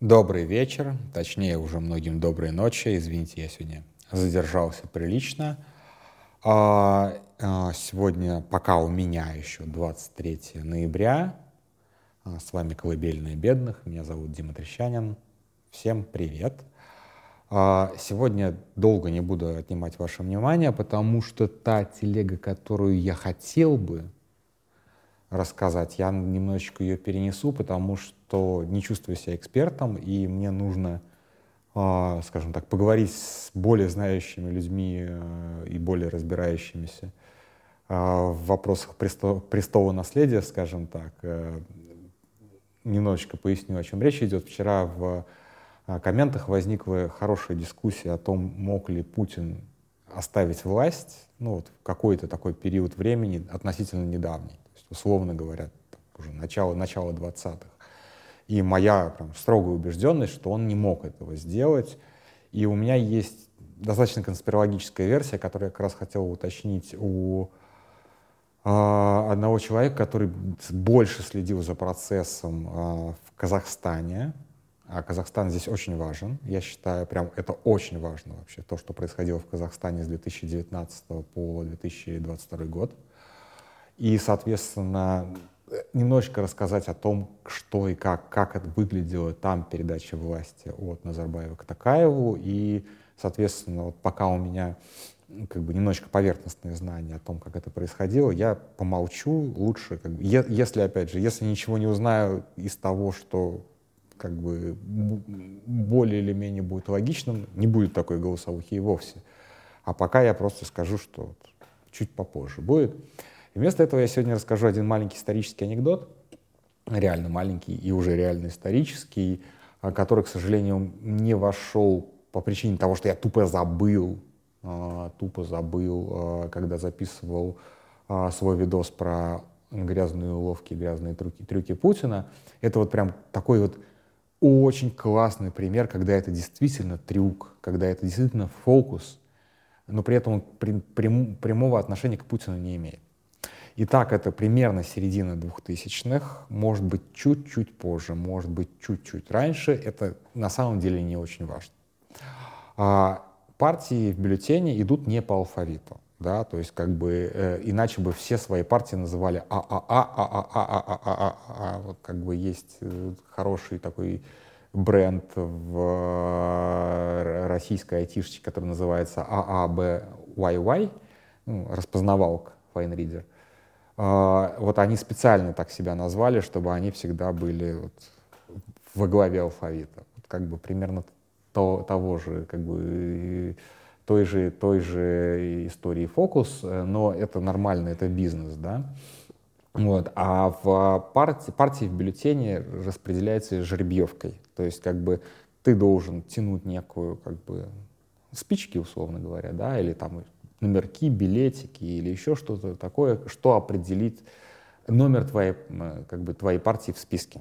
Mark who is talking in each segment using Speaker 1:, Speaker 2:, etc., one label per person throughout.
Speaker 1: Добрый вечер, точнее уже многим доброй ночи. Извините, я сегодня задержался прилично. Сегодня, пока у меня еще 23 ноября, с вами «Колыбельная бедных», меня зовут Дима Трещанин. Всем привет. Сегодня долго не буду отнимать ваше внимание, потому что та телега, которую я хотел бы рассказать, я немножечко ее перенесу, потому что не чувствую себя экспертом, и мне нужно, скажем так, поговорить с более знающими людьми и более разбирающимися в вопросах престола наследия, скажем так. Немножечко поясню, о чем речь идет. Вчера в комментах возникла хорошая дискуссия о том, мог ли Путин оставить власть, в какой-то такой период времени относительно недавний, то есть, условно говоря, уже начало 20-х. И моя строгая убежденность, что он не мог этого сделать. И у меня есть достаточно конспирологическая версия, которую я как раз хотел уточнить у одного человека, который больше следил за процессом в Казахстане. А Казахстан здесь очень важен. Я считаю, это очень важно вообще, то, что происходило в Казахстане с 2019 по 2022 год. И, соответственно, немножечко рассказать о том, что и как это выглядело там, передача власти от Назарбаева к Токаеву. И, соответственно, пока у меня немножечко поверхностные знания о том, как это происходило, я помолчу лучше, если, опять же, если ничего не узнаю из того, что более или менее будет логичным, не будет такой голосовухи и вовсе. А пока я просто скажу, что чуть попозже будет. И вместо этого я сегодня расскажу один маленький исторический анекдот, реально маленький и уже реально исторический, который, к сожалению, не вошел по причине того, что я тупо забыл, когда записывал свой видос про грязные уловки, грязные трюки Путина. Это такой очень классный пример, когда это действительно трюк, когда это действительно фокус, но при этом он прямого отношения к Путину не имеет. Итак, это примерно середина 2000-х, может быть, чуть-чуть позже, может быть, чуть-чуть раньше. Это на самом деле не очень важно. Партии в бюллетене идут не по алфавиту, да, то есть иначе бы все свои партии называли ААА. Есть хороший такой бренд в российской айтишечке, который называется ААБYY, распознавалка, файнридер. Они специально так себя назвали, чтобы они всегда были во главе алфавита. Примерно того же, той же истории фокус, но это нормально, это бизнес, да. А в партии в бюллетене распределяется жеребьевкой, то есть ты должен тянуть некую спички, условно говоря, да, или номерки, билетики или еще что-то такое, что определит номер твоей партии в списке.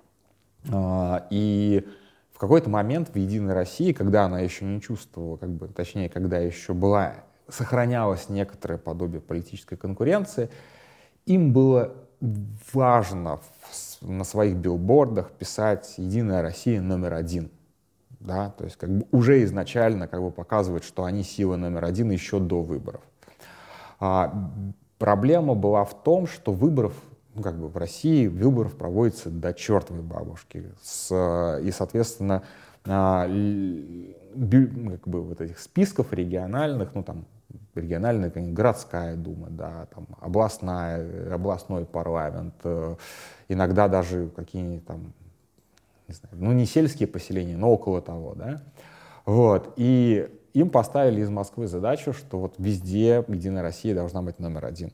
Speaker 1: И в какой-то момент в «Единой России», когда она еще не чувствовала, точнее, когда еще сохранялось некоторое подобие политической конкуренции, им было важно на своих билбордах писать «Единая Россия номер один». Да? То есть уже изначально показывать, что они сила номер один еще до выборов. Проблема была в том, что в России выборов проводится до чертовой бабушки. И, соответственно, этих списков региональных, региональная, городская дума, да, областной парламент, иногда даже какие-нибудь не знаю, не сельские поселения, но около того, да. И им поставили из Москвы задачу, что везде «Единая Россия» должна быть номер один.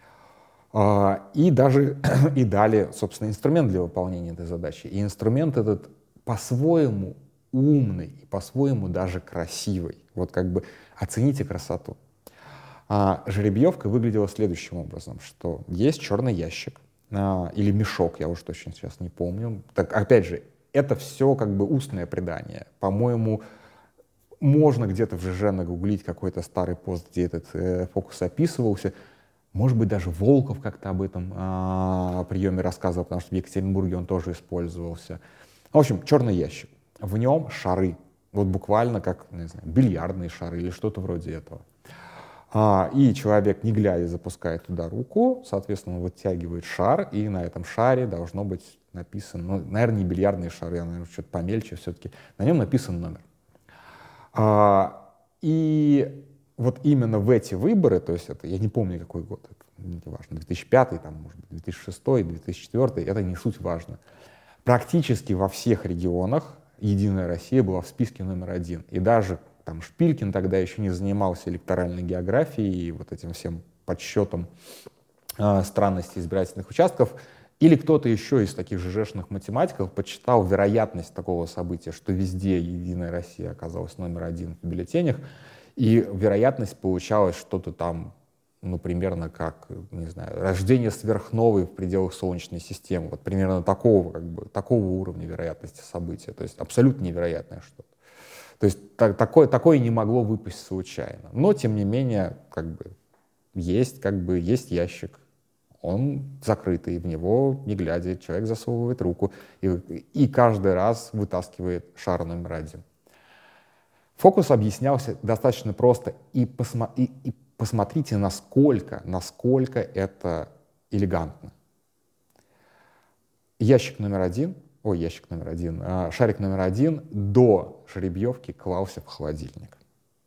Speaker 1: И дали, собственно, инструмент для выполнения этой задачи. И инструмент этот по-своему умный и по-своему даже красивый. Оцените красоту. Жеребьевка выглядела следующим образом, что есть черный ящик или мешок, я уж точно сейчас не помню. Так, опять же, это все устное предание. По-моему, можно где-то в ЖЖ нагуглить какой-то старый пост, где этот фокус описывался. Может быть, даже Волков как-то об этом приеме рассказывал, потому что в Екатеринбурге он тоже использовался. В общем, черный ящик. в нем шары. Вот буквально как, не знаю, бильярдные шары или что-то вроде этого. И человек, не глядя, запускает туда руку, соответственно, он вытягивает шар, и на этом шаре должно быть написано, ну, наверное, не бильярдные шары, а, наверное, что-то помельче все-таки, на нем написан номер. И вот именно в эти выборы, то есть это, я не помню, какой год, это не важно, 2005, там, может быть, 2006, 2004, это не суть важно. Практически во всех регионах «Единая Россия» была в списке номер 1. И даже там Шпилькин тогда еще не занимался электоральной географией и вот этим всем подсчетом странностей избирательных участков. Или кто-то еще из таких ЖЖшных математиков подсчитал вероятность такого события, что везде «Единая Россия» оказалась номер 1 в бюллетенях, и вероятность получалась что-то там, ну, примерно как, не знаю, рождение сверхновой в пределах Солнечной системы. Вот примерно такого уровня вероятности события. То есть абсолютно невероятное что-то. То есть такое не могло выпасть случайно. Но, тем не менее, есть ящик. Он закрытый, в него, не глядя, человек засовывает руку и каждый раз вытаскивает шар номер 1. Фокус объяснялся достаточно просто. И посмотрите, насколько это элегантно. Шарик номер один до жеребьевки клался в холодильник.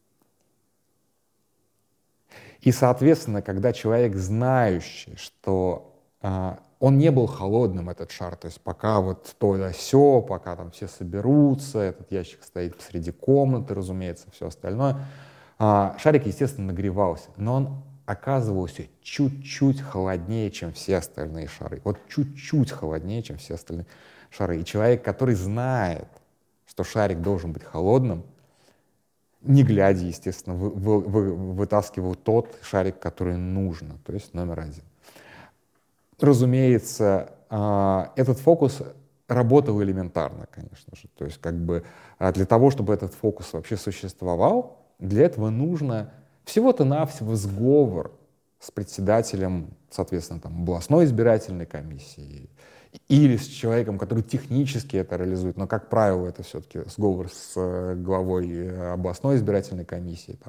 Speaker 1: И, соответственно, когда человек, знающий, что он не был холодным, этот шар, то есть пока вот то да сё, пока там все соберутся, этот ящик стоит посреди комнаты, разумеется, все остальное, шарик, естественно, нагревался, но он оказывался чуть-чуть холоднее, чем все остальные шары. Вот чуть-чуть холоднее, чем все остальные шары. И человек, который знает, что шарик должен быть холодным, не глядя, естественно, вытаскивал тот шарик, который нужно, то есть номер 1. Разумеется, этот фокус работал элементарно, конечно же. То есть для того, чтобы этот фокус вообще существовал, для этого нужно всего-то навсего сговор с председателем, соответственно, там, областной избирательной комиссии или с человеком, который технически это реализует, но, как правило, это все-таки сговор с главой областной избирательной комиссии,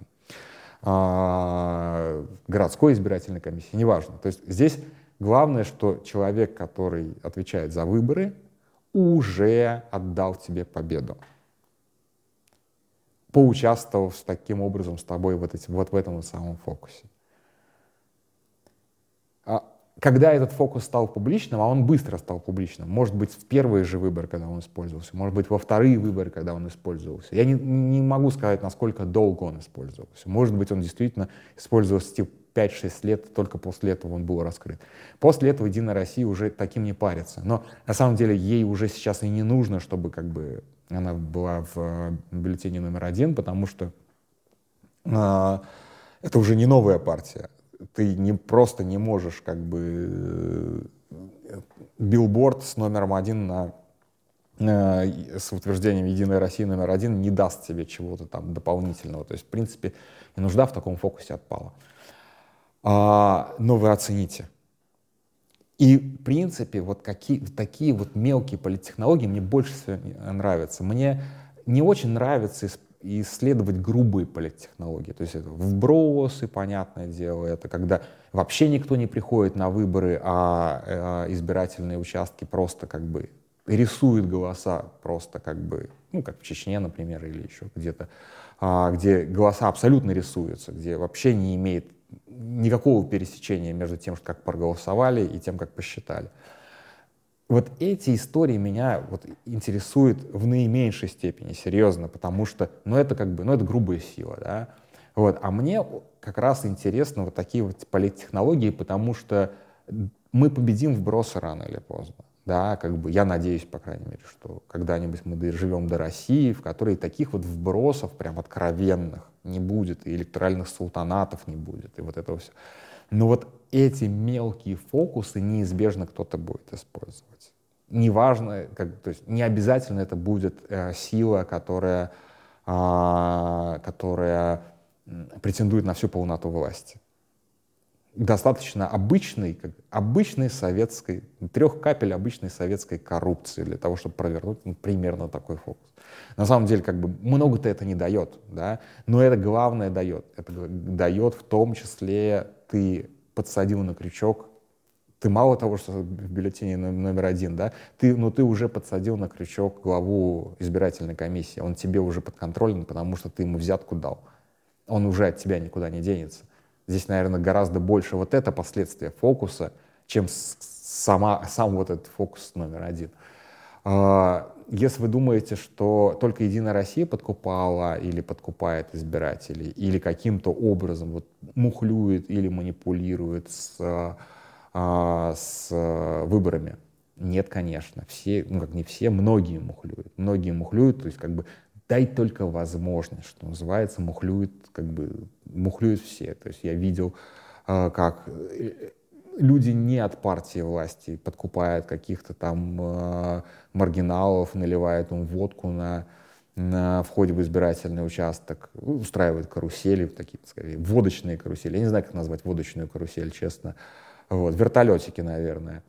Speaker 1: городской избирательной комиссии, неважно. То есть здесь главное, что человек, который отвечает за выборы, уже отдал тебе победу, поучаствовав таким образом с тобой вот в этом самом фокусе. Когда этот фокус стал публичным, а он быстро стал публичным, может быть, в первые же выборы, когда он использовался, может быть, во вторые выборы, когда он использовался. Я не могу сказать, насколько долго он использовался. Может быть, он действительно использовался типа 5-6 лет, только после этого он был раскрыт. После этого «Единая Россия» уже таким не парится. Но на самом деле ей уже сейчас и не нужно, чтобы она была в бюллетене номер 1, потому что это уже не новая партия. Ты просто не можешь билборд с номером 1 с утверждением «Единая Россия» номер 1 не даст тебе чего-то там дополнительного. То есть, в принципе, и нужда в таком фокусе отпала. Но вы оцените. И, в принципе, вот такие вот мелкие политтехнологии мне больше всего нравятся. Мне не очень нравится исследовать грубые политтехнологии. То есть это вбросы, понятное дело, это когда вообще никто не приходит на выборы, а избирательные участки просто рисуют голоса, просто как в Чечне, например, или еще где-то, где голоса абсолютно рисуются, где вообще не имеет никакого пересечения между тем, как проголосовали, и тем, как посчитали. Вот эти истории меня интересуют в наименьшей степени, серьезно, потому что, это грубая сила, да. А мне как раз интересны вот такие вот политтехнологии, потому что мы победим вбросы рано или поздно, да, я надеюсь, по крайней мере, что когда-нибудь мы доживем до России, в которой таких вот вбросов прям откровенных не будет, и электоральных султанатов не будет, и вот этого все. Но вот эти мелкие фокусы неизбежно кто-то будет использовать. Неважно, то есть не обязательно это будет сила, которая претендует на всю полноту власти. достаточно обычной, обычной советской, 3 капель обычной советской коррупции для того, чтобы провернуть примерно такой фокус. На самом деле, много-то это не дает, да, но это главное дает. Это дает в том числе, ты подсадил на крючок, ты мало того, что в бюллетене номер 1, да, ты уже подсадил на крючок главу избирательной комиссии, он тебе уже подконтролен, потому что ты ему взятку дал. Он уже от тебя никуда не денется. Здесь, наверное, гораздо больше вот это последствия фокуса, чем сам вот этот фокус номер 1. Если вы думаете, что только «Единая Россия» подкупала или подкупает избирателей, или каким-то образом вот мухлюет или манипулирует с выборами, нет, конечно. Все, не все, многие мухлюют. Многие мухлюют, то есть дай только возможность, что называется, мухлюют все. То есть я видел, как люди не от партии власти подкупают каких-то там маргиналов, наливают им водку на входе в избирательный участок, устраивают карусели, такие, скорее, водочные карусели. Я не знаю, как назвать водочную карусель, честно. Вертолетики, наверное.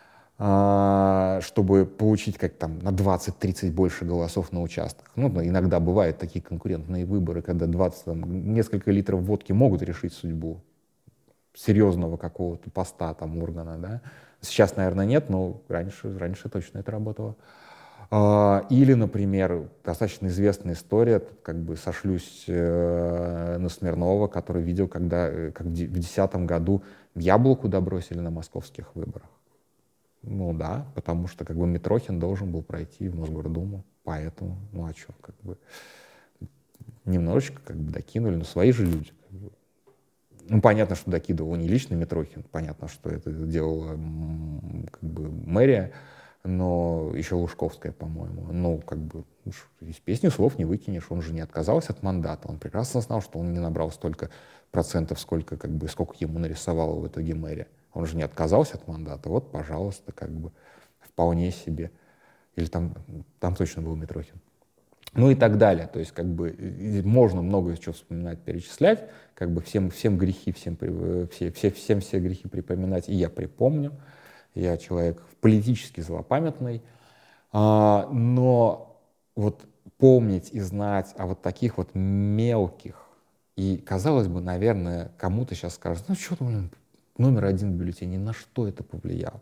Speaker 1: Чтобы получить на 20-30 больше голосов на участках. Иногда бывают такие конкурентные выборы, когда несколько литров водки могут решить судьбу серьезного какого-то поста, органа, да. Сейчас, наверное, нет, но раньше точно это работало. Или, например, достаточно известная история, сошлюсь на Смирнова, который видел, как в 2010 году яблоку добросили на московских выборах. Да, потому что Митрохин должен был пройти в Мосгордуму, поэтому, а что, немножечко докинули, но свои же люди. Понятно, что докидывал не лично Митрохин, понятно, что это делала мэрия, но еще Лужковская, по-моему. Из песни слов не выкинешь, он же не отказался от мандата, он прекрасно знал, что он не набрал столько процентов, сколько ему нарисовала в итоге мэрия. Он же не отказался от мандата, вот, пожалуйста, вполне себе. Или там точно был Митрохин. И так далее. То есть, можно много чего вспоминать, перечислять, всем грехи, все грехи припоминать, и я припомню. Я человек политически злопамятный, но вот помнить и знать о вот таких вот мелких, и, казалось бы, наверное, кому-то сейчас скажут, что-то, номер 1 в бюллетене, на что это повлияло?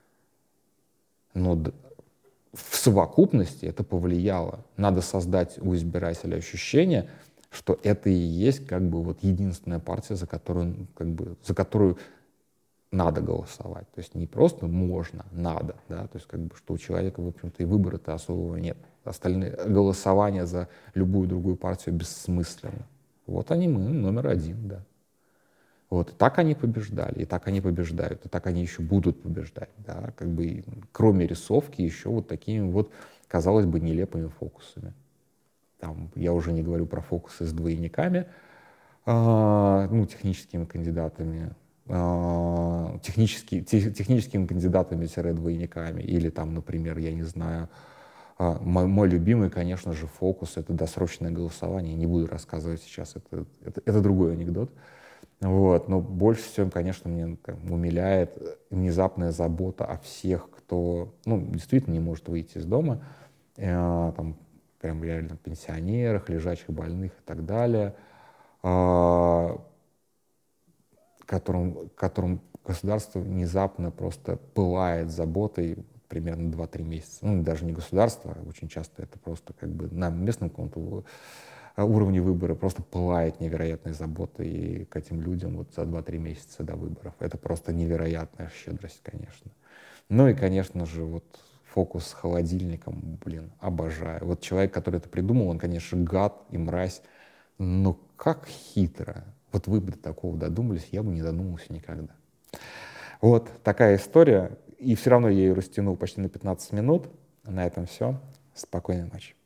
Speaker 1: Но в совокупности это повлияло. Надо создать у избирателя ощущение, что это и есть единственная партия, за которую надо голосовать. То есть не просто можно, надо, да, то есть что у человека, в общем-то, и выбора-то особого нет. Остальные голосование за любую другую партию бессмысленно. Вот мы номер 1, да. Вот, и так они побеждали, и так они побеждают, и так они еще будут побеждать, да, кроме рисовки еще вот такими вот, казалось бы, нелепыми фокусами. Я уже не говорю про фокусы с двойниками, техническими кандидатами, техническими кандидатами-двойниками, или например, я не знаю, мой любимый, конечно же, фокус — это досрочное голосование. Не буду рассказывать сейчас, это другой анекдот. Но больше всего, конечно, меня умиляет внезапная забота о всех, кто действительно не может выйти из дома, прям реально пенсионерах, лежачих больных и так далее, которым государство внезапно просто пылает заботой примерно 2-3 месяца. Даже не государство, очень часто это просто на местном каком-то уровне выбора просто пылает невероятной заботой и к этим людям вот за 2-3 месяца до выборов. Это просто невероятная щедрость, конечно. И, конечно же, вот фокус с холодильником, обожаю. Вот человек, который это придумал, он, конечно, гад и мразь, но как хитро. Вот вы бы до такого додумались, я бы не додумался никогда. Вот такая история. И все равно я ее растянул почти на 15 минут. На этом все. Спокойной ночи.